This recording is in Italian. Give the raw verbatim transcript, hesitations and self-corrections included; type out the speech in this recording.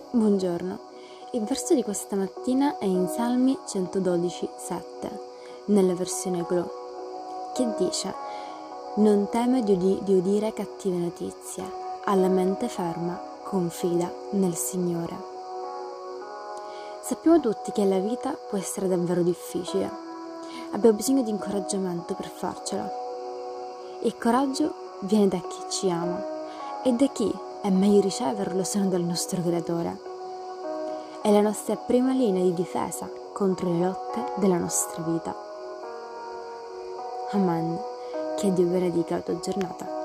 Buongiorno, il verso di questa mattina è in Salmi centododici sette, nella versione Glow, che dice: non teme di, udi- di udire cattive notizie, alla mente ferma confida nel Signore. Sappiamo tutti che la vita può essere davvero difficile, abbiamo bisogno di incoraggiamento per farcela. Il coraggio viene da chi ci ama e da chi è meglio riceverlo se non dal nostro creatore. È la nostra prima linea di difesa contro le lotte della nostra vita. Amen. Che Dio benedica la tua giornata.